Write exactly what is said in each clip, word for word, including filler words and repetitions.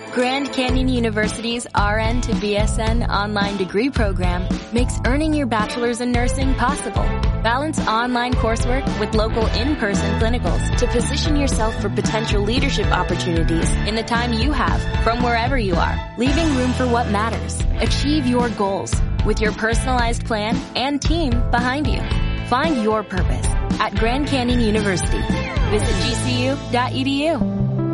Grand Canyon University's R N to B S N online degree program makes earning your bachelor's in nursing possible. Balance online coursework with local in-person clinicals to position yourself for potential leadership opportunities in the time you have from wherever you are, leaving room for what matters. Achieve your goals with your personalized plan and team behind you. Find your purpose at Grand Canyon University. Visit g c u dot e d u.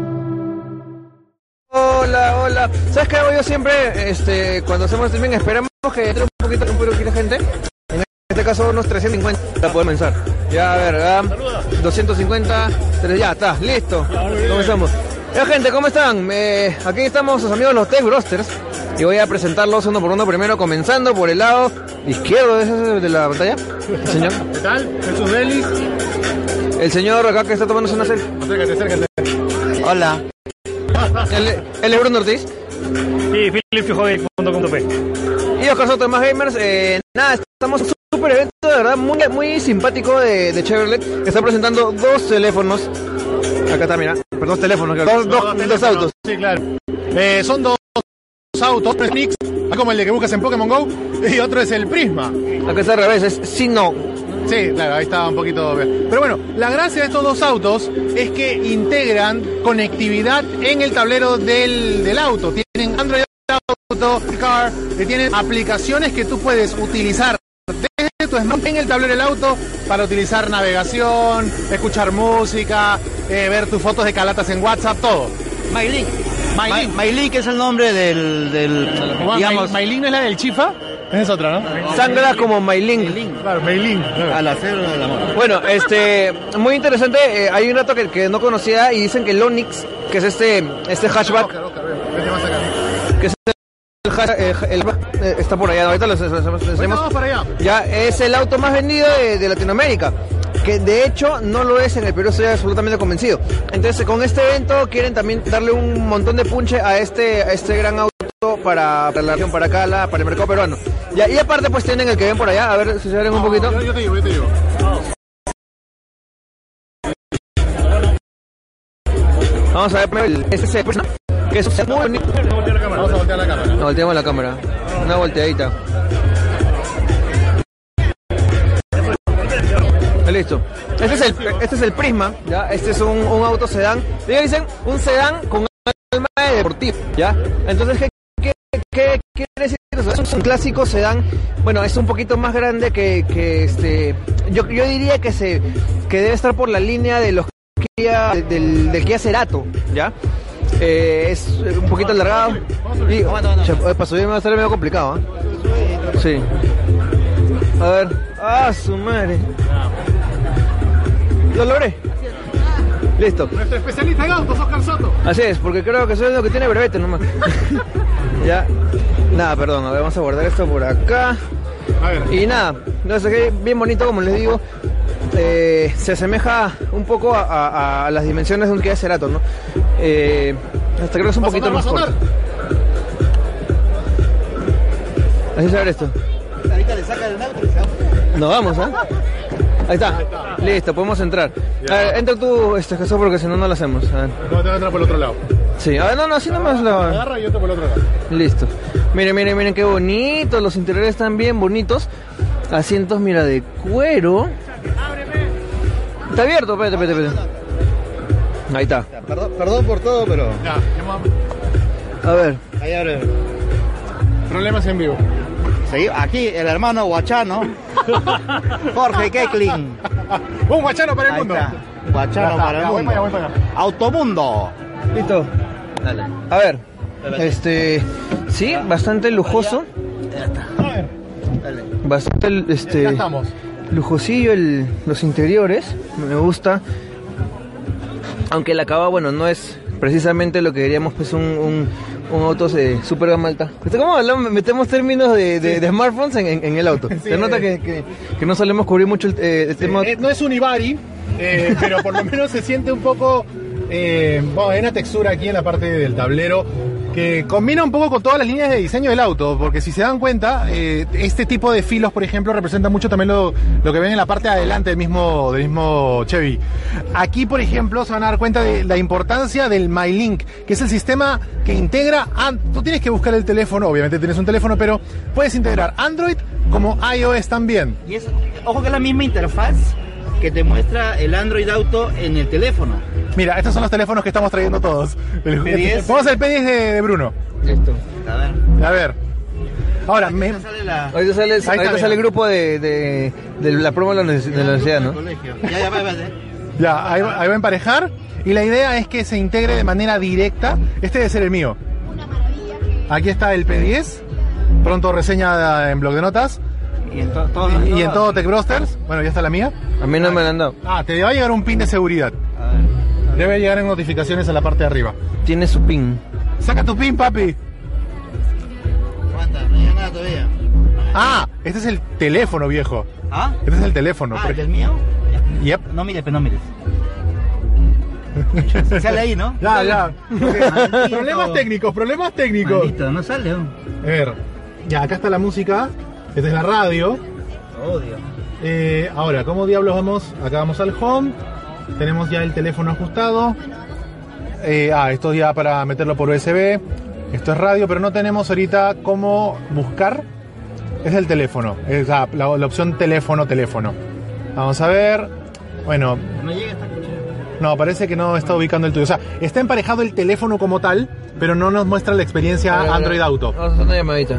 Hola, hola. ¿Sabes qué hago yo siempre? Este, cuando hacemos streaming esperamos que entre un poquito, un poquito de gente. En este caso unos trescientos cincuenta para poder comenzar. Ya, a ver, ¿verdad? doscientos cincuenta, tres, ya está, listo. Comenzamos. Ya, gente, ¿cómo están? Eh, aquí estamos sus amigos los Tech Brosters y voy a presentarlos uno por uno primero, comenzando por el lado izquierdo de, de la pantalla. El señor. ¿Qué tal? Jesús Vélez. El señor acá que está tomando una selfie. Acércate, acércate. Hola. ¿Él, él es Bruno Ortiz? Sí, philip fijovic punto com punto p. Y Oscar Soto, más gamers. Eh, nada, estamos en un super evento, de verdad, muy, muy simpático de, de Chevrolet. Está presentando dos teléfonos. Acá está, mira. Perdón, dos teléfonos. Dos, dos, dos, dos, dos autos. Sí, claro. Eh, son dos autos, uno es Nix, como el de que buscas en Pokémon Go, y otro es el Prisma. Acá está al revés, es Sino. Sí, claro, ahí estaba un poquito... Pero bueno, la gracia de estos dos autos es que integran conectividad en el tablero del, del auto. Tienen Android Auto, Car, que tienen aplicaciones que tú puedes utilizar desde tu smartphone en el tablero del auto para utilizar navegación, escuchar música, eh, ver tus fotos de calatas en WhatsApp, todo. MyLink. MyLink. My, MyLink es el nombre del... del Bueno, digamos... My, MyLink no es la del Chifa, es otra, ¿no? Sangra como MyLink. Claro, MyLink. A la célula del amor. Bueno, este, muy interesante, eh, hay un dato que, que no conocía y dicen que el Onix, que es este, este hatchback, que es el, hash, eh, el eh, está por allá, ahorita lo enseñamos, Vamos para allá. ya es el auto más vendido de, de Latinoamérica, que de hecho no lo es en el Perú, estoy absolutamente convencido. Entonces con este evento quieren también darle un montón de punche a este, a este gran auto para, para la región, para acá, la, para el mercado peruano. Ya, y aparte pues tienen el que ven por allá, a ver si se ven un poquito. Yo, yo te digo, yo te digo. Vamos a ver el S S, pues, ¿no? Que es muy bonito. Vamos a voltear la cámara. No, volteamos la cámara. Una volteadita. Listo. Este es el, este es el Prisma, ¿ya? Este es un, un auto sedán. Ellos dicen un sedán con alma de deportivo, ¿ya? Entonces, ¿qué, qué, qué quiere decir eso? Es un clásico sedán. Bueno, es un poquito más grande que, que este... Yo, yo diría que se que debe estar por la línea de los Kia, del, del Kia Cerato, ¿ya? Eh, es un poquito alargado. Y, para subirme va a estar medio complicado, ¿eh? Sí. A ver. ¡Ah, su madre! Lo logré. Listo. Nuestro especialista en autos, Oscar Soto. Así es, porque creo que soy lo que tiene brevete nomás. Ya. Nada, perdón. A ver, vamos a guardar esto por acá. A ver. Y nada, entonces que bien bonito, como les digo. Eh, se asemeja un poco a, a, a las dimensiones de un Kia Cerato, ¿no? Eh, hasta creo que es un poquito más corto. Así se ve esto. Ahorita le saca el neutro y se va. Nos vamos, ¿eh? Ahí está. Ahí está. Listo, podemos entrar. A ver, entra tú, este Jesús, porque si no, no lo hacemos. A ver. No, te voy a entrar por el otro lado. Sí, a ver, no, no, así nomás lo... Agarra y otro por el otro lado. Listo. Miren, miren, miren qué bonito. Los interiores están bien bonitos. Asientos, mira, de cuero. Está abierto, espérate, espérate, espérate. Ahí está. Perdón, perdón por todo, pero... Ya, llamo a... a ver. Ahí abre. Problemas en vivo. Sí, aquí el hermano Guachano. Jorge Keckling. Un guachano para el Ahí mundo. está. Guachano Ya está, para ya, el voy mundo. para allá, voy para allá. Automundo. Listo. Dale. A ver. Este... Sí, bastante lujoso. A ver. Dale. Bastante, este... Ya estamos. Lujosillo el, los interiores, me gusta. Aunque el acabado, bueno, no es precisamente lo que queríamos, pues un, un, un auto de super gama alta. ¿Cómo hablamos? Metemos términos de, de, sí. de smartphones en, en, en el auto. Sí, se nota que, que, que no solemos cubrir mucho el, eh, el sí, tema. Eh, no es un Ibari, eh, pero por lo menos se siente un poco eh, bueno, hay una textura aquí en la parte del tablero que combina un poco con todas las líneas de diseño del auto, porque si se dan cuenta, eh, este tipo de filos, por ejemplo, representa mucho también lo, lo que ven en la parte de adelante del mismo, del mismo Chevy. Aquí, por ejemplo, se van a dar cuenta de la importancia del MyLink, que es el sistema que integra, an- tú tienes que buscar el teléfono, obviamente tienes un teléfono, pero puedes integrar Android como iOS también. Y es, ojo que es la misma interfaz que te muestra el Android Auto en el teléfono. Mira, estos son los teléfonos que estamos trayendo todos. El, P diez. Vamos al P diez de, de Bruno. Listo. A ver. A ver. Ahora, me, Esta sale la... Ahorita sale, Ahí está, ahorita mira. sale el grupo de, de, de la promo de la, univers- de la universidad, ¿no? Colegio. Ya, ya, va, va, va. ya, ahí, va- ahí va a emparejar. Y la idea es que se integre de manera directa. Este debe ser el mío. Aquí está el P diez. Pronto reseña en blog de notas. Y en, to- todo, Y en todo Tech Brosters. Bueno, ya está la mía. A mí no me lo han dado. Ah, te va a llegar un pin de seguridad. A ver. Debe llegar en notificaciones a la parte de arriba. Tiene su pin. Saca tu pin, papi. Aguanta, no llega nada todavía. Ah, este es el teléfono, viejo. ¿Ah? Este es el teléfono. Ah, ¿el del mío? Yep. No mires, pero no mires. Sale ahí, ¿no? Ya, ya. Maldito. Problemas técnicos, problemas técnicos. Maldito, no sale. ¿no? A ver, ya, acá está la música. Esta es la radio. Odio. Eh, ahora, ¿cómo diablos vamos? Acá vamos al home. Tenemos ya el teléfono ajustado. Eh, ah, esto es ya para meterlo por U S B. Esto es radio, pero no tenemos ahorita cómo buscar. Es el teléfono. Es la, la- la opción teléfono, teléfono. Vamos a ver. Bueno, No llega esta cuchara. no, parece que no está ubicando el tuyo. O sea, está emparejado el teléfono como tal, pero no nos muestra la experiencia Android Auto. Vamos a hacer una llamadita.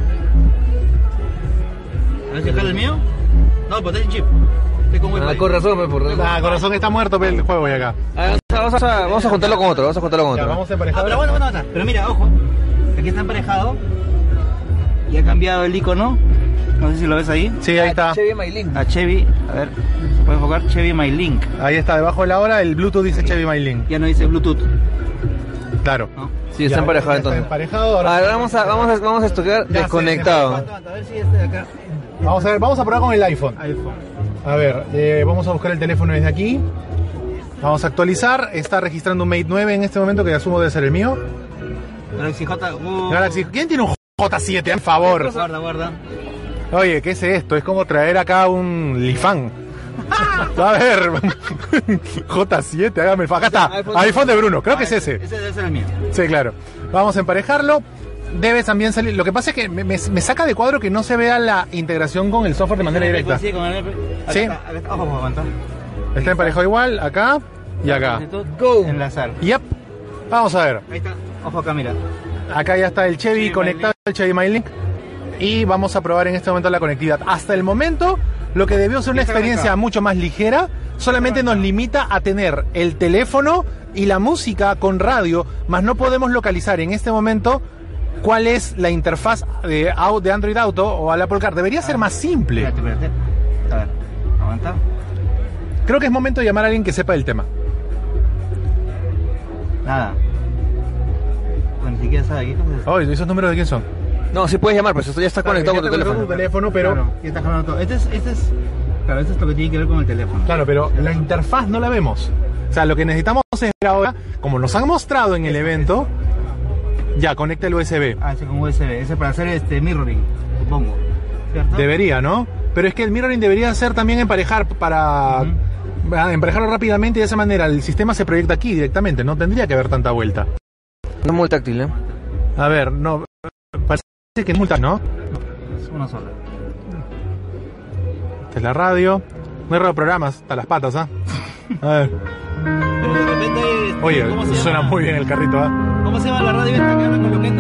A ver si jala el mío. No, pues el chip. Estoy con Ah, Wi-Fi. con razón, me por Ah, corazón está muerto el juego ya acá. Ah, Vamos a, vamos a juntarlo con otro, vamos a juntarlo con Ya, otro. vamos a Ah, emparejar. pero bueno, bueno, bueno. Pero mira, ojo. Aquí está emparejado. Y ha cambiado el icono. No sé si lo ves ahí. Sí, ahí está. Chevy MyLink. A Chevy. A ver. ¿Se puede enfocar? Chevy MyLink. Ahí está, debajo de la hora el Bluetooth dice Chevy MyLink. Ya no dice Bluetooth. Claro. ¿No? Sí, está Ya, emparejado ya entonces. Está emparejado. Ahora Ahora vamos a, vamos a, vamos a estudiar Ya, desconectado. Aguanta, aguanta, a ver si este de acá. Vamos a ver, vamos a probar con el iPhone. iPhone. A ver, eh, vamos a buscar el teléfono desde aquí. Vamos a actualizar. Está registrando un Mate nueve en este momento, que asumo debe ser el mío. Galaxy J. Uh, Galaxy. ¿Quién tiene un J siete, por favor? Guarda, guarda. Oye, ¿qué es esto? Es como traer acá un Lifan. A ver, J siete, hágame el fa- Acá está, iPhone. iPhone de Bruno, creo que es ese. Ese debe ser el mío. Sí, claro. Vamos a emparejarlo. Debe también salir. Lo que pasa es que me, me- me saca de cuadro que no se vea la integración con el software de manera directa. Sí, con el acá Sí. está, acá está. Ojo, ojo, aguanta. Está emparejado igual, acá y acá. Go. Enlazar. Yep. Vamos a ver. Ahí está. Ojo acá, mira. Acá ya está el Chevy Chevy conectado al Chevy MyLink. Y vamos a probar en este momento la conectividad. Hasta el momento, lo que debió ser una Ya está experiencia conectado. mucho más ligera, solamente nos limita a tener el teléfono y la música con radio, más no podemos localizar en este momento cuál es la interfaz de, au- de Android Auto o al Apple Car. Debería ser más simple. Espérate, espérate. A ver. Aguanta. Creo que es momento de llamar a alguien que sepa del tema. Nada. Pues ni siquiera sabe aquí. Entonces... Oye, ¿esos números de quién son? No, sí puedes llamar, pero esto ya está conectado con tu teléfono. Tu teléfono, pero... Claro, y está jalando todo. Este es, este es. Claro, esto es lo que tiene que ver con el teléfono. Claro, pero la interfaz no la vemos. O sea, lo que necesitamos es ver ahora, como nos han mostrado en el evento, ya, conecta el U S B. Ah, ese con U S B. Ese para hacer este mirroring, supongo. ¿Cierto? Debería, ¿no? Pero es que el mirroring debería ser también emparejar para... Ujú. ah, emparejarlo rápidamente y de esa manera el sistema se proyecta aquí directamente, no tendría que haber tanta vuelta. No es muy táctil, ¿eh? A ver, no... Parece que es multa, ¿no? Es una sola. Esta es la radio. No hay radio programas, hasta las patas, ¿ah? A ver. Pero de repente. este, Oye, ¿cómo se suena llama? muy bien el carrito, ¿ah? ¿Cómo se llama la radio esta que habla con Loquendo?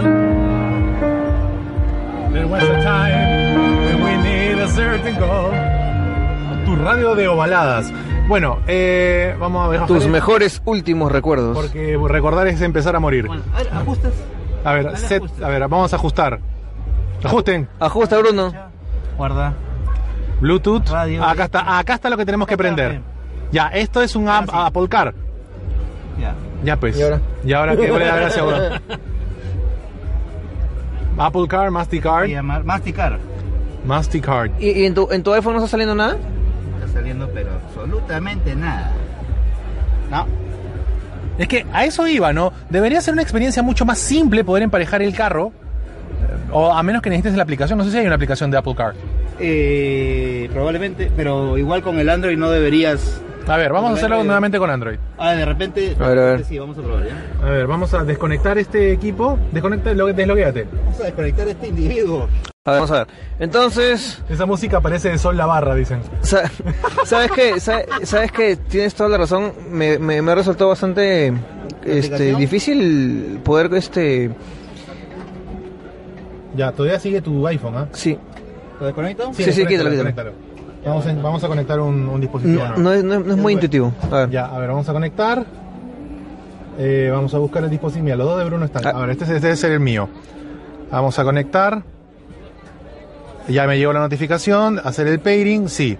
There was a time when we need a certain goal. Tu radio de ovaladas. Bueno, eh, vamos a ver. Tus mejores últimos recuerdos. Porque recordar es empezar a morir. Bueno, a ver, ajustes. A ver, Dale, set, ajuste. a ver, vamos a ajustar. Ajusten. Ajusta, Bruno. Guarda. Bluetooth. Radio. Acá está, acá está lo que tenemos que Acá, prender. bien. Ya, esto es un app, Ahora sí. Apple Car. Ya. Ya pues. ¿Y ahora? ¿Y ahora qué? ¿Cuál es la gracia ahora? Apple Car, Voy a Mastercard. llamar Masticar. Mastercard. ¿Y, y en, tu, en tu iPhone no está saliendo nada? No está saliendo, pero absolutamente nada. No. Es que a eso iba, ¿no? Debería ser una experiencia mucho más simple poder emparejar el carro, o a menos que necesites la aplicación. No sé si hay una aplicación de Apple Car. Eh, probablemente, pero igual con el Android no deberías... A ver, vamos a hacerlo nuevamente con Android. Ah, de repente... A ver, a ver. Sí, vamos a probar, ¿ya? A ver, vamos a desconectar este equipo. Desconecta, desloguéate. Vamos a desconectar a este individuo. A ver, vamos a ver. Entonces, Esa música parece de Sol la Barra, dicen. sa- ¿sabes qué? Sa- ¿Sabes qué? Tienes toda la razón. Me, me, me ha resultado bastante este, aplicación? difícil poder, este... Ya, todavía sigue tu iPhone, ¿ah? Sí. ¿Lo desconecto? Sí, sí, quítalo, quítalo. desconéctalo. Vamos, en- vamos a conectar un, un dispositivo No, nuevo. no es, no es- no es muy intuitivo. A ver. Ya, a ver, vamos a conectar. Eh, vamos a buscar el dispositivo. Mira, los dos de Bruno están. Ah. A ver, este, es- este debe ser el mío. Vamos a conectar. Ya me llegó la notificación. Hacer el pairing, sí.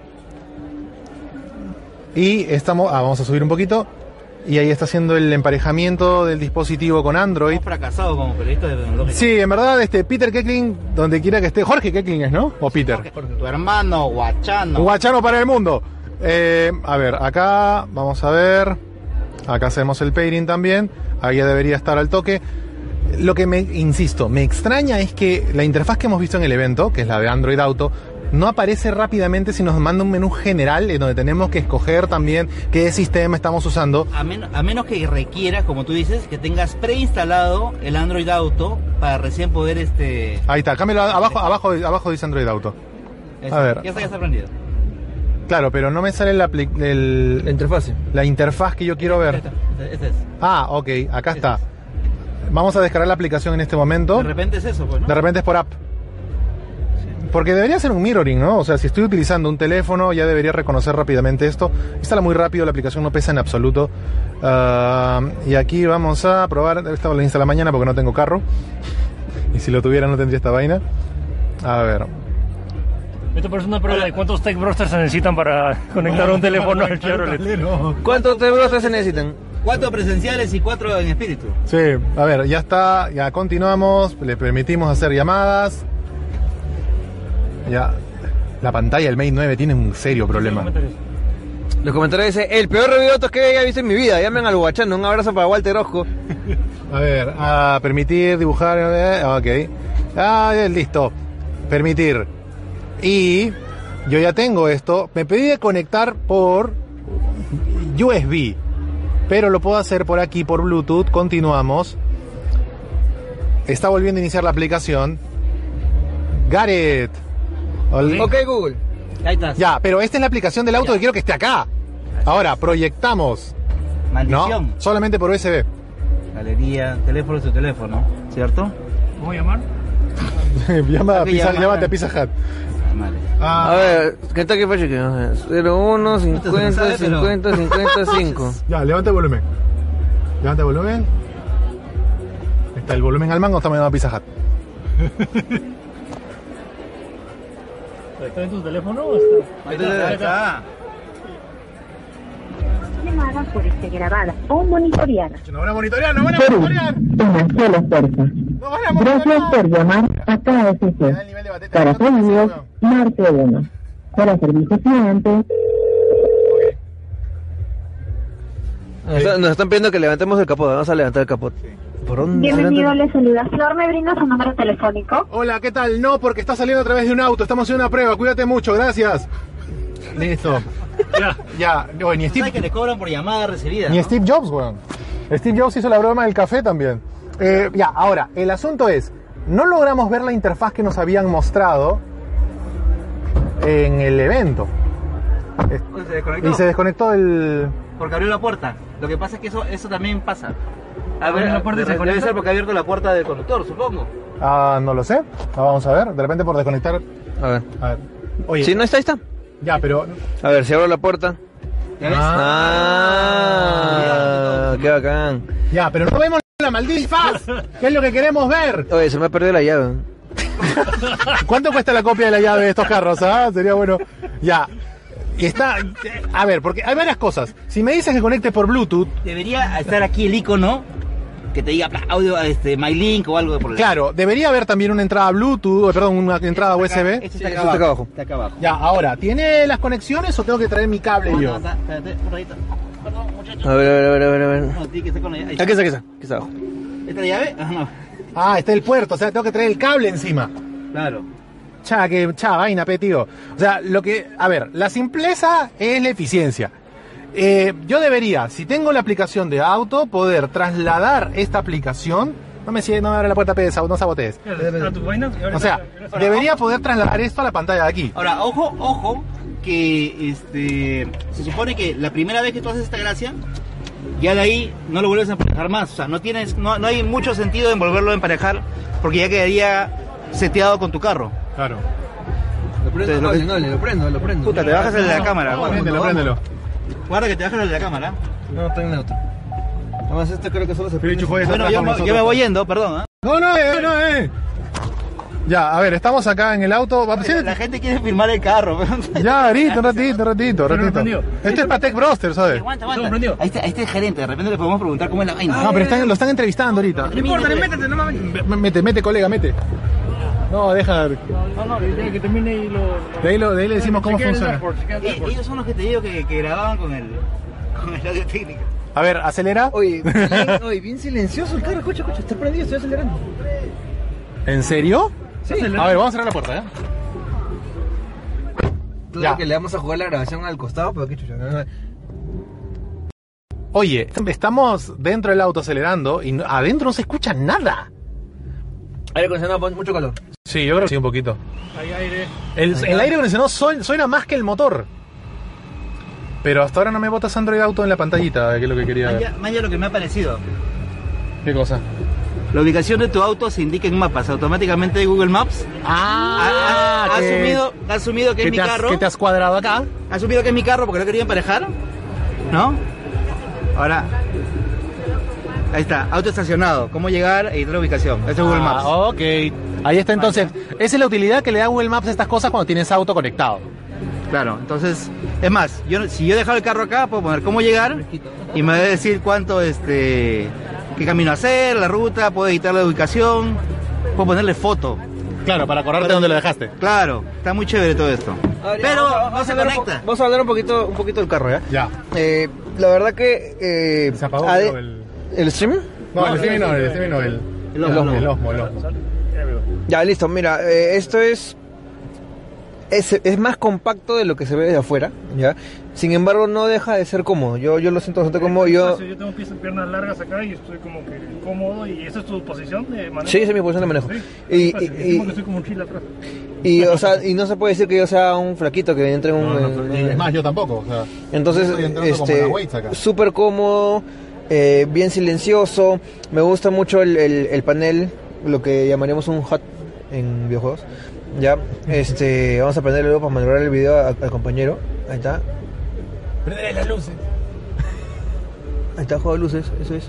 Y estamos. Ah, vamos a subir un poquito. Y ahí está haciendo el emparejamiento del dispositivo con Android. Hemos fracasado como periodistas de tecnología. Sí, en verdad, este Peter Keckling, donde quiera que esté. Jorge Keckling es, ¿no? O Peter. Tu hermano, Guachano. Guachano para el mundo. Eh, a ver, acá vamos a ver. Acá hacemos el pairing también. Ahí ya debería estar al toque. Lo que me, insisto, me extraña es que la interfaz que hemos visto en el evento, que es la de Android Auto, no aparece rápidamente si nos manda un menú general en donde tenemos que escoger también qué sistema estamos usando. A, men- a menos que requiera, como tú dices, que tengas preinstalado el Android Auto para recién poder este. Ahí está, cámbialo abajo, abajo, abajo dice Android Auto. este, a ver. Ya está, ya está prendido. Claro, pero no me sale la, apli- el- La interfaz. la interfaz que yo quiero ver. Este, este es. Ah, ok, acá está. Vamos a descargar la aplicación en este momento. De repente es eso, pues, ¿no? De repente es por app. Porque debería ser un mirroring, ¿no? O sea, si estoy utilizando un teléfono, ya debería reconocer rápidamente esto. Instala muy rápido, la aplicación no pesa en absoluto. Ah, y aquí vamos a probar. Esta la instala mañana porque no tengo carro. Y si lo tuviera no tendría esta vaina. A ver. Esto parece una prueba de cuántos Tech Brosters se necesitan para conectar un teléfono al Chevrolet. ¿Cuántos teléfonos se necesitan? Cuatro presenciales y cuatro en espíritu. Sí, a ver, ya está, ya continuamos, le permitimos hacer llamadas. Ya, la pantalla del Mate nueve tiene un serio problema. Los comentarios dicen, el peor review de autos que haya visto en mi vida. Llamen al Guachano. Un abrazo para Walter Ojo. A ver, a permitir dibujar, eh, ok. Ah, ya, listo. Permitir. Y yo ya tengo esto. Me pedí de conectar por U S B, pero lo puedo hacer por aquí, por Bluetooth. Continuamos. Está volviendo a iniciar la aplicación. Got it. Ol- Ok, Google. Ahí estás. Ya, pero esta es la aplicación del auto Ya. que quiero que esté acá. Ahora, proyectamos. Maldición. No, solamente por U S B. Galería, teléfono, su teléfono, ¿cierto? ¿Cómo llamar? Llama a Ok, Pizza, llama. llámate a Pizza Hut. Ah, vale. Ah, A ver, Kentucky Fried Chicken. cero uno cincuenta sabe, pero- cincuenta cincuenta cinco. Ya, levanta el volumen. Levanta el volumen. ¿Está el volumen al mango o está llamando a Pizza Hut? ¿Está en tu teléfono o está? Ahí está, ahí está. Llamada puede ser grabada o monitoreada. No van a monitorear, no van a monitorear. Una sola fuerza. No van a Gracias monitorear. por llamar a K F Me da el C. nivel de bateta. Para No te dice, pedidos, weón. marque uno. Para servicios clientes, Nos, está- nos están pidiendo que levantemos el capot. Vamos a levantar el capot. ¿Por dónde se bienvenido, levanta? le saluda Flor, ¿me brinda su número telefónico? Hola, ¿qué tal? No, porque está saliendo a través de un auto. Estamos haciendo una prueba. Cuídate mucho, gracias. Listo. Ya. Ya, no, ni ¿Sabes Steve, que le cobran por llamada recibida? ni ¿no? Steve Jobs, weón. Steve Jobs hizo la broma del café también. Eh, ya, ahora, el asunto es, no logramos ver la interfaz que nos habían mostrado en el evento. Es- Se desconectó. Y se desconectó el... Porque abrió la puerta. Lo que pasa es que eso, eso también pasa. A ¿Abrió la puerta y se debe conecta? ser porque ha abierto la puerta del conductor, supongo. Ah, no lo sé. Ah, vamos a ver. De repente por desconectar... A ver. A ver. Oye, Sí, no está, ahí está. ya, pero... A ver, si abro la puerta. ¿Ya ves? Ah, qué bacán. Ya, pero no vemos la maldita faz. ¿Qué es lo que queremos ver? Oye, se me ha perdido la llave. ¿Cuánto cuesta la copia de la llave de estos carros? Ah, sería bueno. Ya. Y está... A ver, porque hay varias cosas. Si me dices que conecte por Bluetooth, Debería estar aquí el icono que te diga audio, este, MyLink o algo por el claro, debería haber también una entrada Bluetooth, o perdón, una entrada U S B. Este Sí, está este acá está acá abajo. abajo. Está acá abajo. Ya, ahora, ¿tiene las conexiones o tengo que traer mi cable No, yo? no, está- espérate, un ratito. Perdón, muchachos. A ver, a ver, a ver, a ver, a ver. No, tiene que estar con la llave. Ahí Aquí está, aquí está, aquí está abajo. ¿Esta llave? Ah, no. Ah, está el puerto, o sea, tengo que traer el cable encima. Claro. Cha, que, cha, vaina, pe, tío. O sea, lo que, a ver, la simpleza es la eficiencia. Eh, yo debería, si tengo la aplicación de auto, poder trasladar esta aplicación. No me cierres, no me abre la puerta, pe, no sabotees. A tu vaina, y ahora- O sea, debería poder trasladar esto a la pantalla de aquí. Ahora, ojo, ojo, que este se supone que la primera vez que tú haces esta gracia, ya de ahí no lo vuelves a emparejar más. O sea, no tienes, no, no hay mucho sentido en volverlo a emparejar porque ya quedaría seteado con tu carro. Claro. Lo prendo, Entonces, lo que- no, lo prendo, lo prendo. Puta, te bajas el de la cámara. guarda. Préndelo, préndelo. Guarda que te bajas el de la cámara. No, está en neutro. Además, este creo que solo se Pero prende. Chujo, está Bueno, atrás yo, con me- nosotros. yo me voy yendo, perdón. ¿eh? No, no, eh, no, eh. Ya, a ver, estamos acá en el auto. Va, La, siéntate. la gente quiere filmar el carro. pero- Ya, ahorita, un ratito, un ratito, un Pero ratito. prendió. Este es Patek Broster, ¿sabes? Aguanta, Todo aguanta. prendido. Ahí está, ahí está el gerente, de repente le podemos preguntar cómo es la vaina. No, pero están, lo están entrevistando ahorita. No importa, métete, no mames. M- Mete, mete, colega, mete. No, deja. De No, no, ya que termine y lo... ahí, lo, de ahí le decimos cómo Chequea el funciona. dashboard, chequea el E- dashboard. Ellos son los que te digo que, que grababan con el, con el audio técnico. A ver, acelera. Oye, bien, oye, bien silencioso el carro, escucha, escucha, está prendido, estoy acelerando. ¿En serio? Sí. A ver, vamos a cerrar la puerta, ¿eh? Claro Ya. que le vamos a jugar la grabación al costado, pero qué chucha. no, no. Oye, estamos dentro del auto acelerando y no- adentro no se escucha nada. Aire acondicionado, pon mucho calor. Sí, yo creo que sí, un poquito. Hay aire. El, el aire acondicionado suena, suena más que el motor. Pero hasta ahora no me botas Android Auto en la pantallita, que es lo que quería ver. Maya, Maya, lo que me ha parecido. ¿Qué cosa? La ubicación de tu auto se indica en mapas. Automáticamente Google Maps ha, ha- ha que- asumido, ha asumido que, ¿Qué es mi te has- carro. ¿Qué te has cuadrado acá? Ha asumido que es mi carro porque lo quería emparejar. ¿No? Ahora. Ahí está, auto estacionado. ¿Cómo llegar? Editar la ubicación. Este es Google Maps. Ah, ok. Ahí está entonces. Esa es la utilidad que le da Google Maps a estas cosas cuando tienes auto conectado. Claro, entonces, es más, yo si yo he dejado el carro acá, puedo poner cómo llegar y me va a decir cuánto, este, qué camino hacer, la ruta, puedo editar la ubicación, puedo ponerle foto. Claro, para acordarte dónde lo dejaste. Claro, está muy chévere todo esto. A ver, Pero vamos a- no vamos se a hablar un po- conecta. Vamos a hablar un poquito, un poquito del carro, ¿ya? Ya. Eh, la verdad que... Eh, Se apagó ade- creo, el... ¿El streaming? No, el streaming no, el streaming no, el... El Osmo, El Osmo, el Osmo. Ya, listo, mira, eh, esto es, es... Es más compacto de lo que se ve desde afuera, ¿ya? Sin embargo, no deja de ser cómodo. Yo, yo lo siento bastante cómodo. Yo... Yo tengo pies- piernas largas acá y estoy como que cómodo. ¿Y esa es tu posición de manejo? Sí, esa es mi posición de manejo. Sí. Y, Fácil, y, decimos y- que soy como un chile atrás. y, o sea, y no se puede decir que yo sea un flaquito que entre en un... No, no, en- es más, yo tampoco. O sea, Entonces, yo estoy entrando como este, la Waze acá. súper cómodo, eh, bien silencioso. Me gusta mucho el, el, el panel, lo que llamaríamos un H U D en videojuegos. Ya, este, vamos a prenderle luego para maniobrar el video a- al compañero. Ahí está, Prende las luces. ahí está, juego de luces, eso es.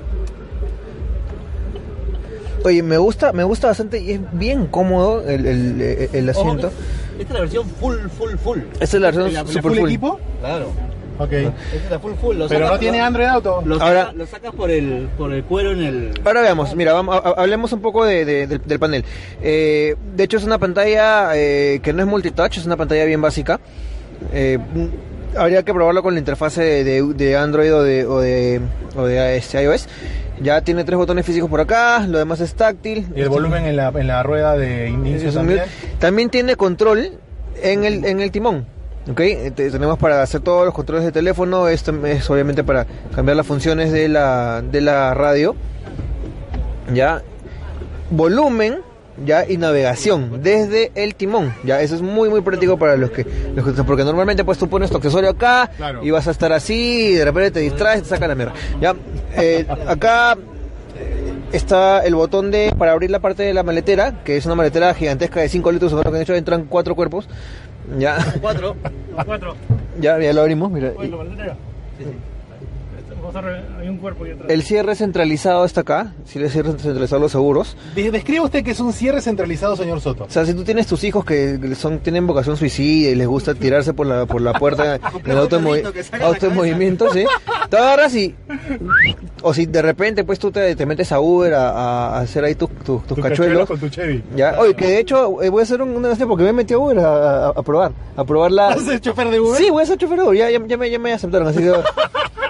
Oye, me gusta, me gusta bastante y es bien cómodo el, el, el- el asiento. Ojo, esta es la versión full, full, full. Esta es la ¿La, versión la super full full. equipo? Claro. Ok. Esta es la full, full. Lo Pero sacas- no tiene lo- Android Auto. Lo, Ahora- saca- lo sacas por el, por el cuero en el... Ahora veamos, mira, vamos, ha- ha- hablemos un poco de, de- del, del panel. Eh, de hecho es una pantalla eh, que no es multitouch, es una pantalla bien básica. Eh, mm, habría que probarlo con la interfase de, de- de Android o de, o de, o de este, iOS. Ya tiene tres botones físicos por acá, lo demás es táctil. Y el volumen en la, en la rueda de inicio Es un también. mute. También tiene control en el, en el timón. ¿Ok? Te- tenemos para hacer todos los controles de teléfono. Esto es obviamente para cambiar las funciones de la, de la radio. Ya. Volumen. Ya, y navegación desde el timón. Ya, eso es muy muy práctico para los que, los que- porque normalmente pues tú pones tu accesorio acá, Claro. y vas a estar así y de repente te distraes, te saca la mierda. Ya, eh, acá eh, está el botón de para abrir la parte de la maletera, que es una maletera gigantesca de cinco litros, seguro que de hecho entran cuatro cuerpos. Ya, Cuatro. Cuatro. ya, ya lo abrimos, mira. Oye, Y lo maldita. Vamos a re- hay un cuerpo ahí atrás. el cierre centralizado está acá, si le cierre centralizado los seguros. De- Describe usted que es un cierre centralizado, señor Soto. O sea, si tú tienes tus hijos que son tienen vocación suicida y les gusta tirarse por la por la puerta en el auto en, movi- perrito que saca la auto en cabeza. movimiento, ¿sí? Te agarras y... O si de repente pues tú te, te metes a Uber a, a hacer ahí tus, tus, tus Tu cachuelos. con tu Chevy. Ya, oye, que de hecho eh, voy a hacer un- una vez porque me metí a Uber a, a- a probar, a probar la... ¿Vas a ser chofer de Uber? Sí, voy a ser chofer de Uber, ya, ya, ya me, ya me aceptaron, así que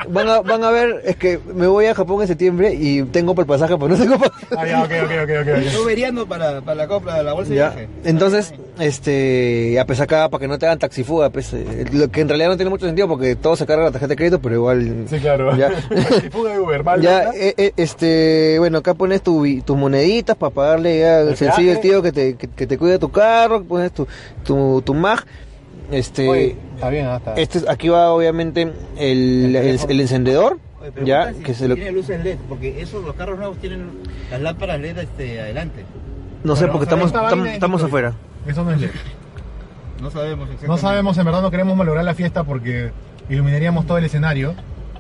van a, van a ver, es que me voy a Japón en septiembre y tengo para el pasaje, pero no tengo para... Ah, ya, ok, ok, ok, ok. Estoy veriando para, para la compra de la bolsa de Ya, viaje. entonces, este, a pesar acá, para que no te hagan taxifuga, pues, eh, lo que en realidad no tiene mucho sentido porque todo se carga la tarjeta de crédito, pero igual... Sí, claro. Ya, Fuga de Uber, ¿vale? ya eh, eh, este, bueno, acá pones tu, vi- tus moneditas para pagarle ya el sencillo el tío que te, que, que te cuida tu carro, pones tu, tu, tu mag, este... Oye, está bien, hasta. Este, aquí va obviamente el, el, el encendedor, Oye, pero ya, pregunta si que se lo... tiene luces L E D, porque esos, los carros nuevos tienen las lámparas L E D este, adelante. No sé, Bueno, porque o sea, estamos, esta estamos, vaina es estamos Android. afuera. Eso no es L E D. No sabemos exactamente. No sabemos, en verdad no queremos malograr la fiesta porque iluminaríamos todo el escenario.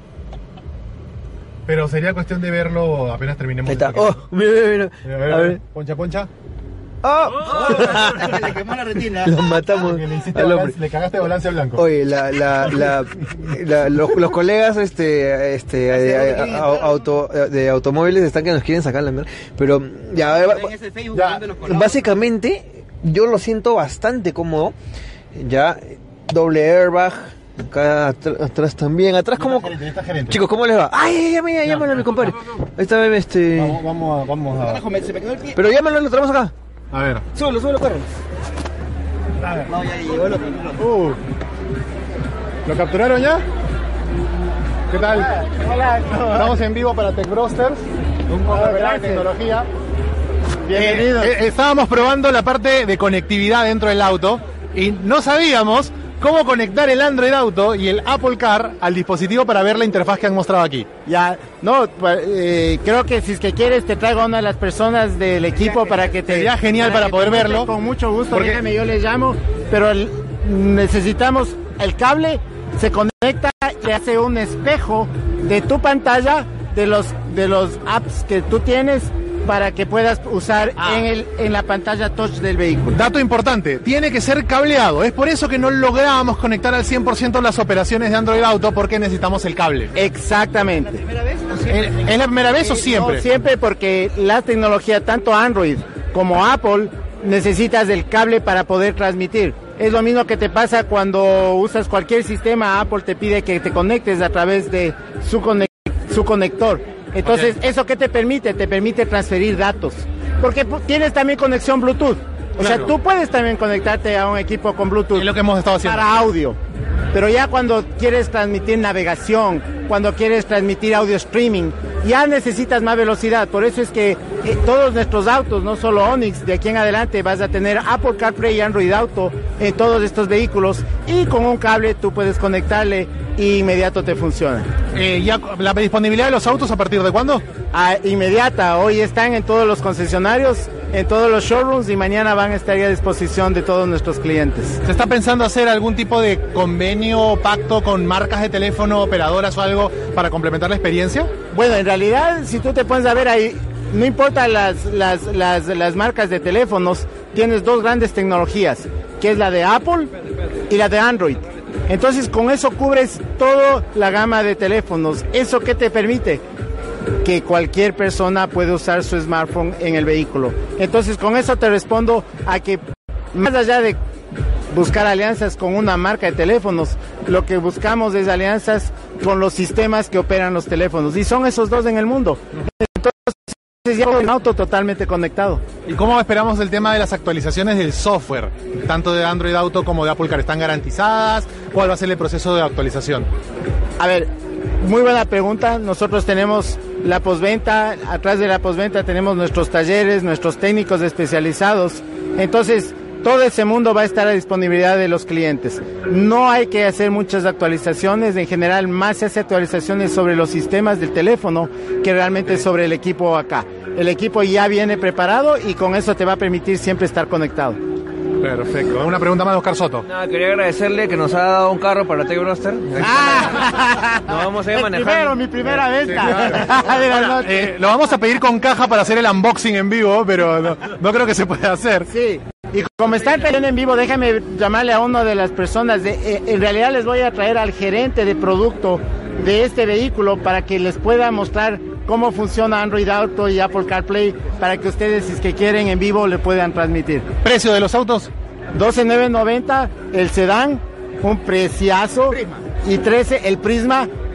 Pero sería cuestión de verlo apenas terminemos. Ahí está. este Oh, pequeño. mira, mira, Mira, a mira. ver, A ver. Poncha, poncha. ¡Oh! Le quemó la retina. Lo matamos Que le, hiciste al hombre. balance- le cagaste balance blanco. Oye, la, la, la, la- los, los colegas este, este, de, a- a- auto, de automóviles están que nos quieren sacar la mierda. Pero ya, En ese Facebook Ya, de los colores. básicamente yo lo siento bastante cómodo. Ya, doble airbag. Acá atr- atrás también. Atrás como... Gerente, está gerente. Chicos, ¿cómo les va? Ay, llámalo, llámalo a mi compadre. Ahí está, este... Vamos, vamos a. Vamos a... Carajo, me- se me quedó el pie. Pero llámalo, lo traemos acá. A ver. Súbelo, súbelo, corre. No, ya llegó el otro. Uh, ¿Lo capturaron ya? ¿Qué tal? Hola, Estamos en vivo para TechBrosters, un conglomerado de tecnología. bienvenidos. Eh, eh, estábamos probando la parte de conectividad dentro del auto y no sabíamos cómo conectar el Android Auto y el Apple Car al dispositivo para ver la interfaz que han mostrado aquí. Ya, no, pa- eh, creo que si es que quieres te traigo a una de las personas del equipo para que te... Sería genial para que poder te muestre verlo. Con mucho gusto, Porque- déjame, yo les llamo, pero el- necesitamos el cable, se conecta y hace un espejo de tu pantalla, de los, de los apps que tú tienes, para que puedas usar en, el, en la pantalla touch del vehículo. Dato importante, tiene que ser cableado. Es por eso que no logramos conectar al cien por ciento las operaciones de Android Auto porque necesitamos el cable. Exactamente. ¿Primera vez o siempre? ¿Es es la primera vez o siempre? No, siempre, porque la tecnología, tanto Android como Apple, necesitas del cable para poder transmitir. Es lo mismo que te pasa cuando usas cualquier sistema. Apple te pide que te conectes a través de su, conec- su conector. Entonces, ¿eso qué te permite? Te permite transferir datos. Porque pu- tienes también conexión Bluetooth. O Claro. sea, tú puedes también conectarte a un equipo con Bluetooth Es lo que hemos estado haciendo. para audio. Pero ya cuando quieres transmitir navegación, cuando quieres transmitir audio streaming, ya necesitas más velocidad. Por eso es que eh, todos nuestros autos, no solo Onix, de aquí en adelante vas a tener Apple CarPlay y Android Auto en todos estos vehículos, y con un cable tú puedes conectarle y inmediato te funciona. Eh, ya, ¿la disponibilidad de los autos a partir de cuándo? Ah, inmediata, hoy están en todos los concesionarios, en todos los showrooms, y mañana van a estar a disposición de todos nuestros clientes. ¿Se está pensando hacer algún tipo de convenio o pacto con marcas de teléfono, operadoras o algo para complementar la experiencia? Bueno, en realidad, si tú te pones a ver ahí, no importa las, las, las, las marcas de teléfonos, tienes dos grandes tecnologías, que es la de Apple y la de Android. Entonces, con eso cubres toda la gama de teléfonos. ¿Eso qué te permite? Que cualquier persona puede usar su smartphone en el vehículo. Entonces, con eso te respondo a que, más allá de buscar alianzas con una marca de teléfonos, lo que buscamos es alianzas con los sistemas que operan los teléfonos, y son esos dos en el mundo. Entonces ya un auto totalmente conectado. ¿Y cómo esperamos el tema de las actualizaciones del software, tanto de Android Auto como de Apple Car? ¿Están garantizadas? ¿Cuál va a ser el proceso de actualización? A ver, muy buena pregunta. Nosotros tenemos la postventa, atrás de la postventa tenemos nuestros talleres, nuestros técnicos especializados. Entonces, todo ese mundo va a estar a disponibilidad de los clientes. No hay que hacer muchas actualizaciones. En general, más se hace actualizaciones sobre los sistemas del teléfono que realmente sobre el equipo acá. El equipo ya viene preparado y con eso te va a permitir siempre estar conectado. Perfecto. Una pregunta más de Oscar Soto. Nada, quería agradecerle que nos ha dado un carro para TechBroster. ¡Ah! Nos vamos a ir El manejando. primero, mi primera vez. Ahora, eh, lo vamos a pedir con caja para hacer el unboxing en vivo, pero no, no creo que se pueda hacer. Sí, y como están trayendo en vivo, déjame llamarle a una de las personas. De, eh, en realidad les voy a traer al gerente de producto de este vehículo para que les pueda mostrar cómo funciona Android Auto y Apple CarPlay, para que ustedes, si es que quieren, en vivo le puedan transmitir. ¿Precio de los autos? doce mil novecientos noventa el sedán, un preciazo. Y trece el Prisma,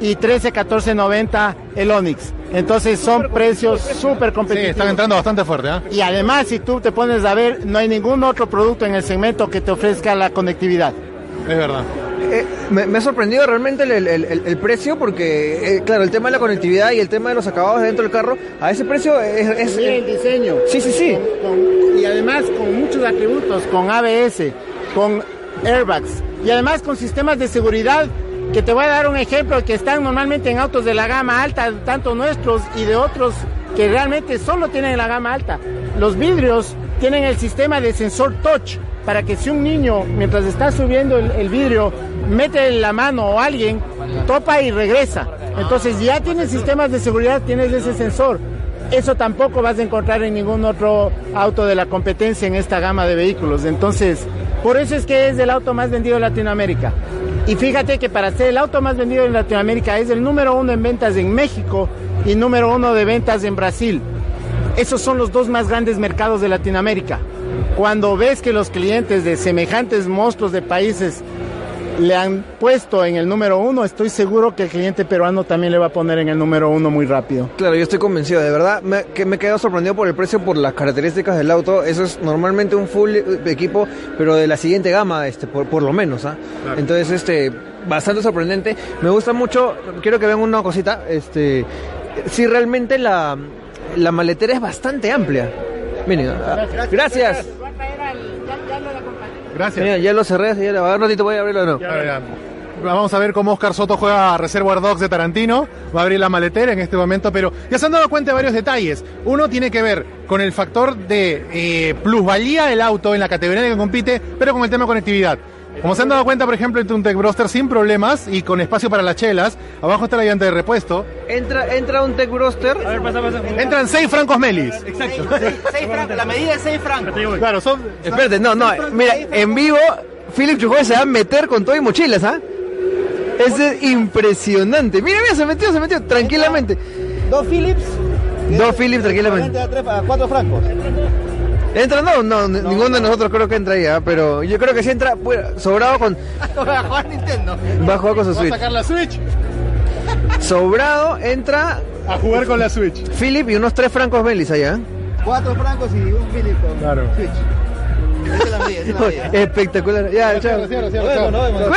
y trece, catorce noventa el Onix. Entonces son precios súper competitivos. Sí, están entrando bastante fuerte, ¿eh? Y además, si tú te pones a ver, no hay ningún otro producto en el segmento que te ofrezca la conectividad. Es verdad. Eh, me, me ha sorprendido realmente el, el, el, el precio porque, eh, claro, el tema de la conectividad y el tema de los acabados dentro del carro, a ese precio es... es Mira el diseño. Sí, sí, sí. Con, con, y además con muchos atributos, con A B S, con airbags y además con sistemas de seguridad que te voy a dar un ejemplo que están normalmente en autos de la gama alta, tanto nuestros y de otros que realmente solo tienen la gama alta. Los vidrios tienen el sistema de sensor touch para que si un niño mientras está subiendo el, el vidrio mete la mano o alguien topa y regresa, entonces ya tienes sistemas de seguridad, tienes ese sensor. Eso tampoco vas a encontrar en ningún otro auto de la competencia en esta gama de vehículos. Entonces, por eso es que es el auto más vendido en Latinoamérica. Y fíjate que para ser el auto más vendido en Latinoamérica es el número uno en ventas en México y número uno de ventas en Brasil. Esos son los dos más grandes mercados de Latinoamérica. Cuando ves que los clientes de semejantes monstruos de países le han puesto en el número uno, estoy seguro que el cliente peruano también le va a poner en el número uno muy rápido. Claro, yo estoy convencido, de verdad, me, que me he quedado sorprendido por el precio, por las características del auto. Eso es normalmente un full equipo, pero de la siguiente gama, este, por, por lo menos, ¿ah? Claro. Entonces, este, bastante sorprendente. Me gusta mucho, quiero que vean una cosita, este, si realmente la, la maletera es bastante amplia. Miren, gracias. gracias. Gracias. Mira, ya lo cerré, ya, a ver, un ratito voy a abrirlo o no. Ya, ya. Vamos a ver cómo Oscar Soto juega Reservoir Dogs de Tarantino. Va a abrir la maletera en este momento, pero ya se han dado cuenta de varios detalles. Uno tiene que ver con el factor de eh, plusvalía del auto en la categoría en la que compite, pero con el tema de conectividad. Como se han dado cuenta, por ejemplo, entre un Tech Broster sin problemas y con espacio para las chelas. Abajo está la llanta de repuesto. Entra, entra un Tech Broster. A ver, pasa, pasa. Entran seis francos melis. Exacto. seis francos, la medida es seis francos. Claro, son... Espérate, no, no, mira, en vivo, Philip Chujoy se va a meter con todo y mochilas, ¿ah? Es impresionante. Mira, mira, se metió, se metió, tranquilamente. Dos Philips. Dos Philips, tranquilamente. A, tres, a cuatro francos. ¿Entra? No, no, no, ninguno de nosotros creo que entra ahí, ¿eh? Pero yo creo que sí entra bueno, sobrado con... Va a jugar Nintendo. Va a jugar con su Switch. Va a sacar la Switch. Sobrado entra... A jugar con la Switch. Philip y unos tres francos Belis allá. Cuatro francos y un Philip con claro. Switch. Esa es la medida, esa es la medida. Espectacular. Ya, chao. Cierra, cierra, chao.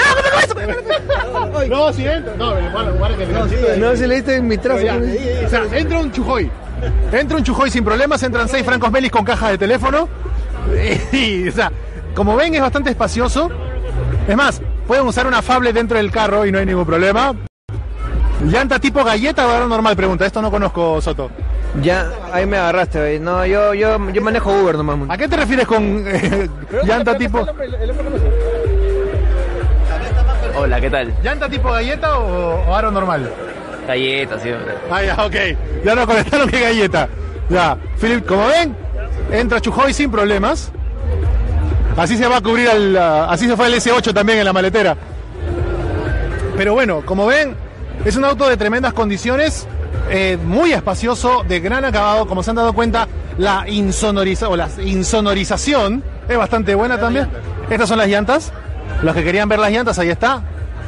No, si entra. No, bueno, que no, sí, no, si le diste en mi trazo. O sea, entra un Chujoy. Entra un Chujoy sin problemas, entran seis francos Belis con caja de teléfono. Y, o sea, como ven, es bastante espacioso. Es más, pueden usar una Fable dentro del carro y no hay ningún problema. ¿Llanta tipo galleta o ahora normal? Pregunta, esto no conozco, Soto. Ya, ahí me agarraste, güey. No, yo, yo, yo manejo Uber nomás. ¿A qué te refieres con eh, llanta tipo...? Hola, ¿qué tal? ¿Llanta tipo galleta o, o aro normal? Galleta, sí. Ah, ya, ok. Ya nos conectaron que galleta. Ya, Philip, como ven, entra Chujoy sin problemas. Así se va a cubrir al... Así se fue el ese ocho también en la maletera. Pero bueno, como ven, es un auto de tremendas condiciones, eh, muy espacioso, de gran acabado. Como se han dado cuenta, la insonoriza o la insonorización es bastante buena también. Estas son las llantas. Los que querían ver las llantas, ahí está.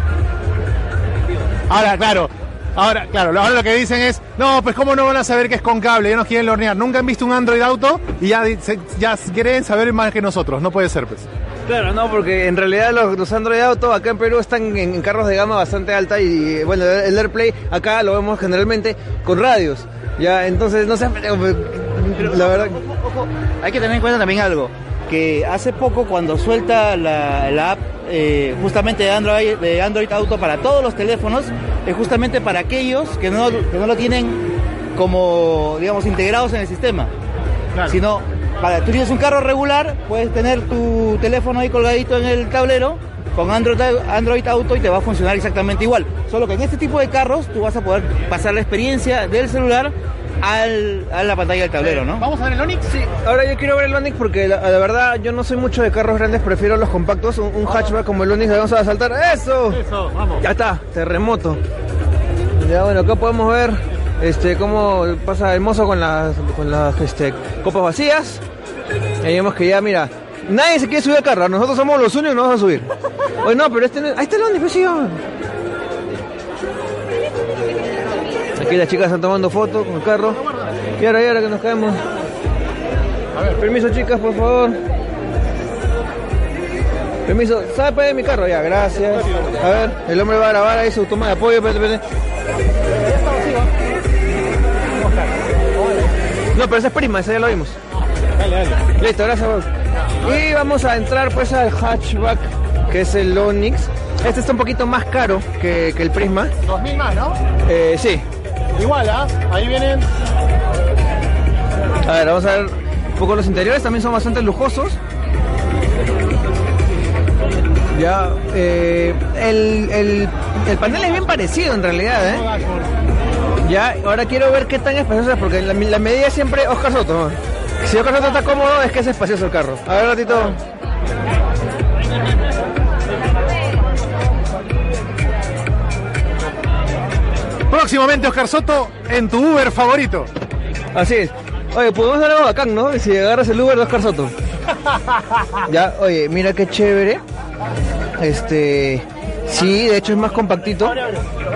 Ahora, claro, ahora, claro, ahora lo que dicen es, no, pues cómo no van a saber que es con cable, ya nos quieren hornear. Nunca han visto un Android Auto y ya, ya quieren saber más que nosotros, no puede ser, pues. Claro, no, porque en realidad los, los Android Auto acá en Perú están en, en carros de gama bastante alta y, bueno, el AirPlay acá lo vemos generalmente con radios, ya, entonces, no sé, la verdad... Ojo, ojo, hay que tener en cuenta también algo, que hace poco cuando suelta la, la app eh, justamente de Android, de Android Auto para todos los teléfonos, es justamente para aquellos que no, que no lo tienen como, digamos, integrados en el sistema, claro. Sino... Para, tú tienes un carro regular, puedes tener tu teléfono ahí colgadito en el tablero con Android, Android Auto y te va a funcionar exactamente igual. Solo que en este tipo de carros tú vas a poder pasar la experiencia del celular al, a la pantalla del tablero, ¿no? ¿Vamos a ver el Onix? Sí, ahora yo quiero ver el Onix porque la, la verdad yo no soy mucho de carros grandes, prefiero los compactos, un, un hatchback como el Onix, vamos a saltar. ¡Eso! Eso, vamos. Ya está, terremoto. Ya bueno, acá podemos ver este cómo pasa el mozo con las con las este, copas vacías. Y vemos que ya, mira, nadie se quiere subir al carro, nosotros somos los únicos que nos vamos a subir. Oye, no, pero este no, ahí está el Onix, pues sí, vamos. Aquí las chicas están tomando fotos con el carro. Y ahora, y ahora que nos caemos. A ver, permiso chicas, por favor. Permiso, ¿sabe de mi carro? Ya, gracias. A ver, el hombre va a grabar ahí su toma de apoyo. Espérate, espérate. No, pero ese es Prisma, ese ya lo vimos. Dale, dale. Listo, gracias. Y vamos a entrar pues al hatchback, que es el Onix. Este está un poquito más caro que, que el Prisma. Dos mil más, ¿no? Eh, sí. Igual, ¿ah? ¿eh? Ahí vienen. A ver, vamos a ver un poco los interiores, también son bastante lujosos. Ya, eh, el, el, el panel es bien parecido en realidad, ¿eh? Ya, ahora quiero ver qué tan espacioso es, porque la, la medida siempre Oscar Soto, ¿no? Si Oscar Soto está cómodo, es que es espacioso el carro. A ver, ratito. Próximamente Oscar Soto en tu Uber favorito. Así es. Oye, podemos hacer algo bacán, ¿no? Si agarras el Uber de Oscar Soto. Ya, oye, mira qué chévere. Este... Sí, de hecho es más compactito. Acá.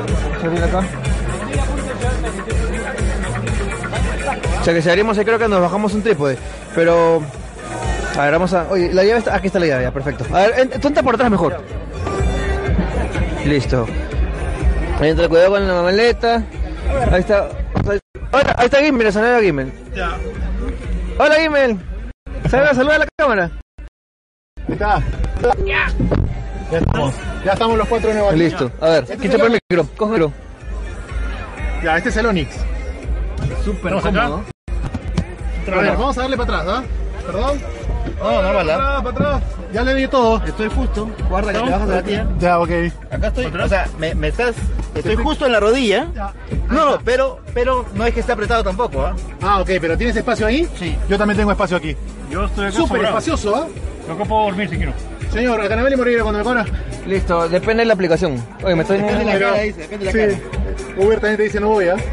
O sea que si abrimos ahí creo que nos bajamos un trípode. Pero... A ver, vamos a... Oye, la llave está... Aquí está la llave, ya, perfecto. A ver, tonta por atrás mejor. Listo. Ahí entra, cuidado con la maleta. Ahí está. Hola, ahí está Gimel, saluda a Gimel. Ya. Hola Gimel. Saluda, saluda a la cámara. Ahí está. Ya estamos. Ya estamos los cuatro nuevos. Listo. A ver, este quítame el micro, cógelo. Ya, este es el Onix. Súper cómodo. A ver, vamos a darle para atrás, ¿ah? ¿eh? Perdón. No, no, vale. Para atrás, para atrás. Ya le di todo. Estoy justo. Guarda que te bajas de la tía. Ya, ok. Acá estoy. O sea, me, me estás. Estoy justo en la rodilla. Ya. No, no, pero, pero no es que esté apretado tampoco, ¿ah? ¿eh? Ah, ok, pero ¿tienes espacio ahí? Sí. Yo también tengo espacio aquí. Yo estoy acá Súper sobrado. espacioso, ¿ah? Yo acá puedo dormir si quiero. Señor, a Canabel y Moreira cuando me cobra. Listo, depende de la aplicación. Oye, me estoy... Depende de la Pero- cara, dice, depende de la Sí. cara. Uber también te dice no voy, ¿ah?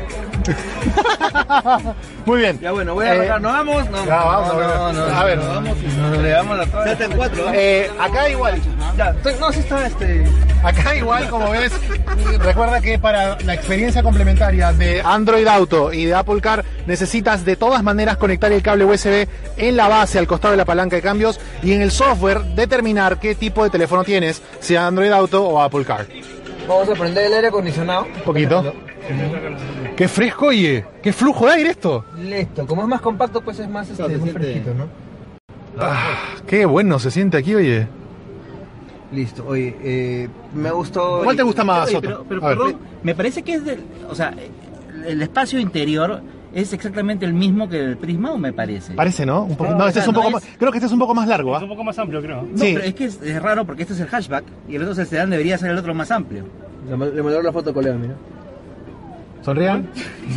Muy bien. Ya bueno, voy a arrancar. ¿Nos vamos? No, Ya, vamos, no, a ver. no, no, A ver. nos vamos y nos le damos la tabla. Trata en cuatro, ¿ah? Eh, acá igual. Ya, estoy- no, sí está este... Acá igual, como ves, recuerda que para la experiencia complementaria de Android Auto y de Apple Car necesitas de todas maneras conectar el cable U S B en la base al costado de la palanca de cambios y en el software determinar qué tipo de teléfono tienes, sea Android Auto o Apple Car. Vamos a prender el aire acondicionado. Un poquito. Qué fresco, oye. Qué flujo de aire esto. Listo, como es más compacto, pues es más, este, se más siente- fresquito, ¿no? Ah, qué bueno se siente aquí, oye. Listo, oye, eh, me gustó... ¿Cuál te gusta más, Oye, Soto? pero, pero A ver. perdón, me parece que es del. O sea, el espacio interior es exactamente el mismo que el Prisma, ¿o me parece? Parece, ¿no? Un poco, No, no, o este sea, es un no poco es- más, creo que este es un poco más largo, Es un ¿ah? poco más amplio, creo. No, Sí. pero es que es, es raro porque este es el hatchback y el otro es el sedán, debería ser el otro más amplio. Le mandó la foto, colega, mira. ¿Sonrían?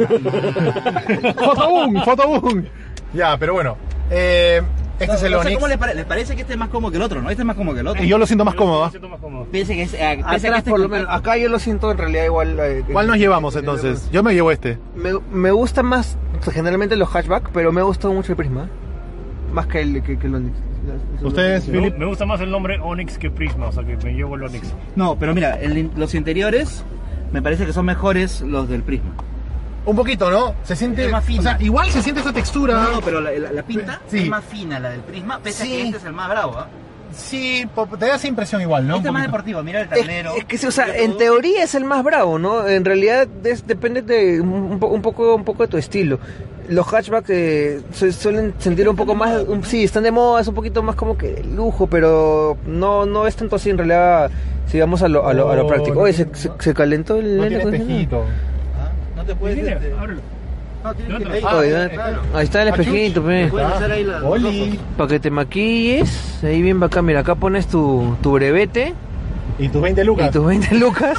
¡Fotoboom! ¡Fotoboom! Ya, pero bueno. Eh, este es el No sé Onix. cómo les, pare- les parece que este es más cómodo que el otro, ¿no? Este es más cómodo que el otro. Y yo lo siento más cómodo. Me ¿ah? siento más cómodo. Piense que es, eh, piense que Atrás este por es lo menos, compacto. acá yo lo siento en realidad igual... eh, que- ¿Cuál nos llevamos entonces? Yo me llevo este. Me, me gusta más, o sea, generalmente los hatchback, pero me gusta mucho el Prisma. Más que el, que, que el Onix. ¿Ustedes, Me, Philip? me gusta más el nombre Onix que Prisma, o sea que me llevo el Onix. No, pero mira, el in- los interiores me parece que son mejores los del Prisma. Un poquito, ¿no? Se siente... Es más fino. O sea, igual se siente esa textura. No, no, pero la, la- la pinta Sí. es más fina, la del Prisma, pese Sí. a que este es el más bravo, ¿ah? Sí, po- te da esa impresión igual, ¿no? Este es Un más poquito. deportivo, mira el Es, tablero. es que, sí, o sea, mira en todo. teoría es el más bravo, ¿no? En realidad es- depende de un, un po- un poco un poco de tu estilo. Los hatchbacks eh, su- suelen sentir un poco más, un- sí, están de moda, es un poquito más como que de lujo, pero no no es tanto así en realidad, si vamos a lo, a lo, a lo Oh, práctico. no Oye, se, tiene- se, se calentó el No aire tiene acondicionado. espejito. Ah, No te puedes... Tiene, este, ábrelo. no, tienes que... Otro. ahí, Ah, Oye, eh, ahí- claro. ahí está el Achuch. espejito, pe. Puedes hacer ahí la- los Oli. ojos. Para que te maquilles, ahí bien bacán, mira, acá pones tu, tu brevete Y tus veinte y lucas. tus veinte lucas.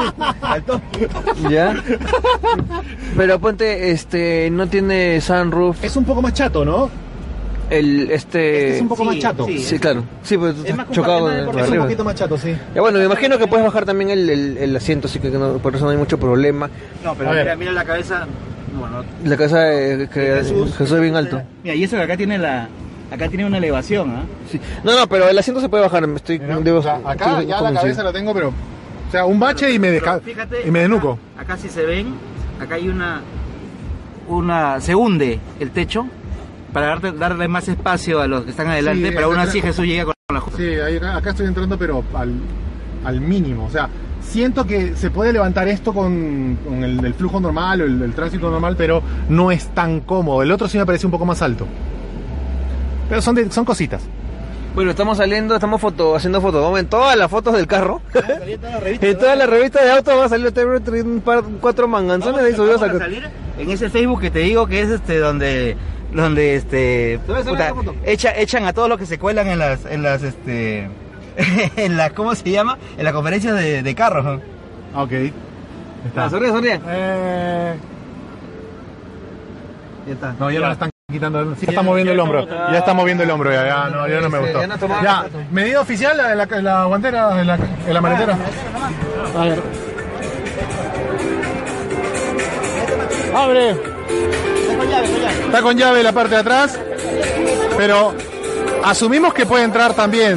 ¿Ya? Pero ponte, este, no tiene sunroof, Es un poco más chato, ¿no? el, este... Este es un poco sí, más chato. sí. Sí, claro. Sí, pues Es más chocado compacto, con es Es un arriba. poquito más chato, sí. Ya bueno, me imagino que puedes bajar también el, el, el asiento, así que no- por eso no hay mucho problema. No, pero A ver. mira, mira la cabeza. Bueno, La casa eh, que Jesús. Jesús es bien alto. Mira, y eso que acá tiene la. Acá tiene una elevación, ¿ah? Sí. No, no, pero el asiento se puede bajar. Estoy, Mira, debo- o sea, acá estoy ya la convencido. cabeza la tengo, pero... O sea, un bache y me, Pero desca... fíjate, y me acá- desnuco. Acá sí se ven acá hay una, una, se hunde el techo para darte, darle más espacio a los que están adelante, sí, pero aún así Jesús llega con la justa. Sí, ahí, acá estoy entrando, pero al, al mínimo, o sea, siento que se puede levantar esto con, con el, el flujo normal o el, el tránsito normal, pero no es tan cómodo. El otro sí me parece un poco más alto. Pero son, de, son cositas. Bueno, estamos saliendo, estamos foto, haciendo fotos en todas las fotos del carro. En todas las revistas de autos va a salir un par, cuatro manganzones ahí subidos a salir en ese Facebook que te digo que es este donde donde este puta, echa, echan a todos los que se cuelan en las en las este en la ¿cómo se llama? En la conferencia de, de carros. Ok. Está. Ah, sonríe, sonríe. Eh... Ya está. No, ya no la están quitando. Sí, ya está moviendo el hombro. Ya está moviendo el hombro. Ya, ya no, ya no me gustó. Ya, medida oficial en la, en la guantera, en la, en la maletera. A ver. Abre. Está con llave, con llave. Está con llave la parte de atrás. Pero asumimos que puede entrar también.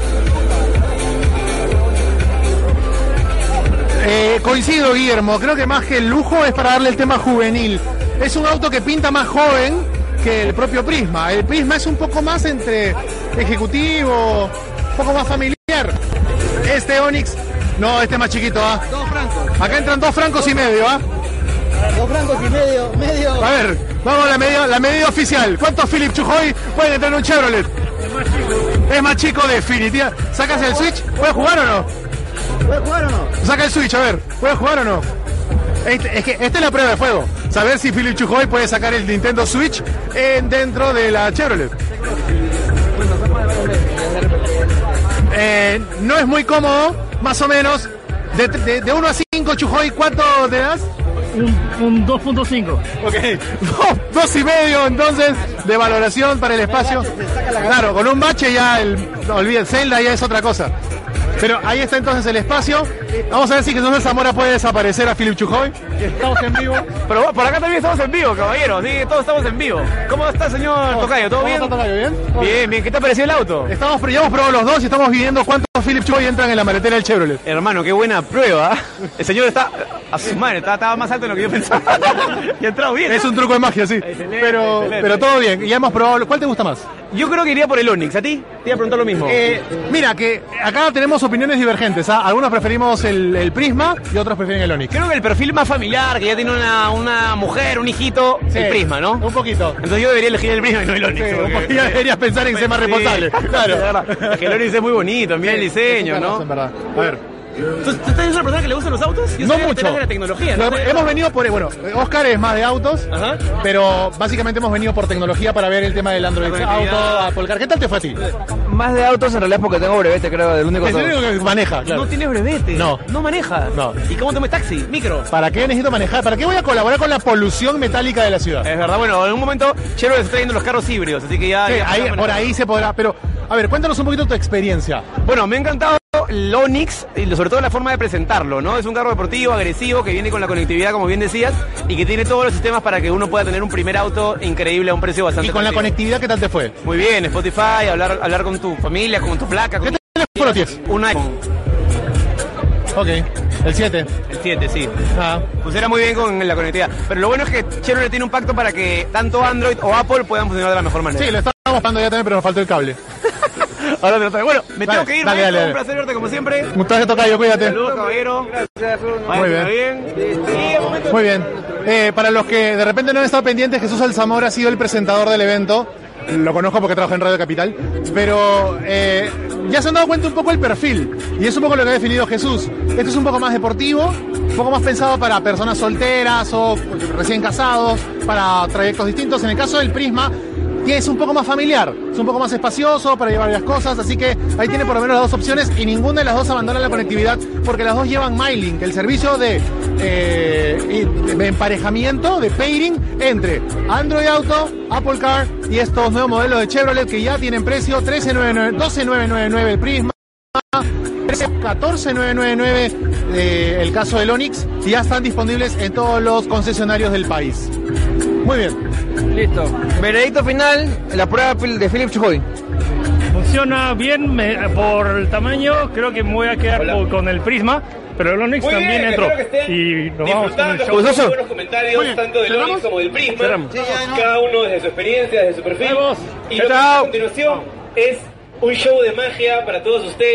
Eh, coincido, Guillermo. Creo que más que el lujo es para darle el tema juvenil. Es un auto que pinta más joven que el propio Prisma. El Prisma es un poco más entre ejecutivo, un poco más familiar. Este Onix, no, este es más chiquito, ¿ah? ¿eh? Dos francos. Acá entran dos francos y medio, ¿ah? ¿eh? Dos francos y medio, medio. A ver, vamos a la medida, la medida oficial. ¿Cuántos Philip Chujoy pueden entrar en un Chevrolet? Es más chico. Es más chico, definitiva. ¿Sacas el Switch? ¿Puedes jugar o no? ¿Puedes jugar o no? Saca el Switch, a ver, ¿puedes jugar o no? Este, es que esta es la prueba de fuego. Saber si Philip Chujoy puede sacar el Nintendo Switch en, dentro de la Chevrolet. Eh, no es muy cómodo, más o menos. De, de, de uno a cinco, Chujoy, ¿cuánto te das? Un, un dos punto cinco. Ok, dos, dos y medio entonces de valoración para el espacio. Claro, con un bache ya el, no, olviden, Zelda ya es otra cosa. Pero ahí está entonces el espacio. Vamos a ver si Jesús de Zamora puede desaparecer a Philip Chujoy. Estamos en vivo. Pero por acá también estamos en vivo, caballero. Sí, todos estamos en vivo. ¿Cómo está, señor ¿Cómo, Tocayo? ¿Todo ¿cómo bien? está, Tocayo? ¿Bien? Bien, bien. ¿Qué te pareció el auto? Estamos, ya hemos probado los dos y estamos viendo cuántos Philip Chujoy entran en la maletera del Chevrolet. Hermano, qué buena prueba. El señor está a su madre, estaba, estaba más alto de lo que yo pensaba. Y ha entrado bien. Es un truco de magia, sí. Excelente, pero, excelente. pero todo bien. Ya hemos probado. ¿Cuál te gusta más? Yo creo que iría por el Onix. ¿A ti? Te iba a preguntar lo mismo. Eh, mira, que acá tenemos opiniones divergentes. ¿Ah? Algunos preferimos el, el Prisma y otros prefieren el Onix. Creo que el perfil más familiar, que ya tiene una, una mujer, un hijito, Sí, el Prisma, ¿no? Un poquito. Entonces yo debería elegir el Prisma y no el Onix. Sí, porque- porque ya deberías pensar en ser más Sí, responsable. Claro. de verdad. Es que el Onix es muy bonito, también el diseño, Tienes ¿no? razón, ¿verdad? A ver. ¿Tú, tú eres una persona que le gustan los autos? Yo No sabía que mucho. tenías de la tecnología, ¿no? Lo- hemos venido por, bueno, Oscar es más de autos, Ajá. pero básicamente hemos venido por tecnología para ver el tema del Android La conectividad. Auto, Apple Car. ¿Qué tal te fue a ti? Más de autos en realidad porque tengo brevete, creo, del único Es el auto. único que maneja, claro. No tienes brevete. No. No manejas. No. ¿Y cómo tomas taxi? Micro. ¿Para qué necesito manejar? ¿Para qué voy a colaborar con la polución metálica de la ciudad? Es verdad, bueno, en un momento Chevrolet está trayendo los carros híbridos, así que ya... Sí, ya ahí, ya- por ahí se podrá, pero a ver, cuéntanos un poquito tu experiencia. Bueno, me ha encantado el Onix, y sobre todo la forma de presentarlo, ¿no? Es un carro deportivo, agresivo, que viene con la conectividad, como bien decías, y que tiene todos los sistemas para que uno pueda tener un primer auto increíble a un precio bastante Y con la atractivo. conectividad, ¿qué tal te fue? Muy bien, Spotify, hablar, hablar con tu familia, con tu placa, con ¿Qué teléfono tienes? un iPhone, Ok, el siete. el siete, sí. Ah, Funciona muy bien con la conectividad. Pero lo bueno es que Chevrolet tiene un pacto para que tanto Android o Apple puedan funcionar de la mejor manera. sí, lo estábamos pagando ya también, pero nos faltó el cable. Ahora te lo traigo. Bueno, me Dale, tengo que ir, dale, maestro. dale, dale. Un placer verte como siempre. Un traje tocayo, cuídate. Saludos, caballero. Muy bien. bien. Sí, un momento. Muy bien. Eh, para los que de repente no han estado pendientes, Jesús Alzamora ha sido el presentador del evento. Lo conozco porque trabaja en Radio Capital. Pero eh, ya se han dado cuenta un poco el perfil. Y es un poco lo que ha definido Jesús. Esto es un poco más deportivo, un poco más pensado para personas solteras o recién casados, para trayectos distintos. En el caso del Prisma, que es un poco más familiar, es un poco más espacioso para llevar varias cosas, así que ahí tiene por lo menos las dos opciones y ninguna de las dos abandona la conectividad porque las dos llevan MyLink, el servicio de, eh, de emparejamiento, de pairing entre Android Auto, Apple Car y estos nuevos modelos de Chevrolet que ya tienen precio trece mil novecientos noventa y nueve el Prisma, catorce mil novecientos noventa y nueve eh, el caso del Onix y ya están disponibles en todos los concesionarios del país. Muy bien. Listo. Veredicto final, la prueba de Philip Chujoy. funciona bien me- por el tamaño. Creo que me voy a quedar con, con el Prisma, pero el Onyx Muy bien, también entró. espero que estén Y nos vamos con el disfrutando, show. con muy buenos comentarios, Muy bien, tanto del ¿cerramos? Onyx como del Prisma, Cerramos. cada uno desde su experiencia, desde su perfil. Vamos. Y lo que Chao. viene a continuación es un show de magia para todos ustedes.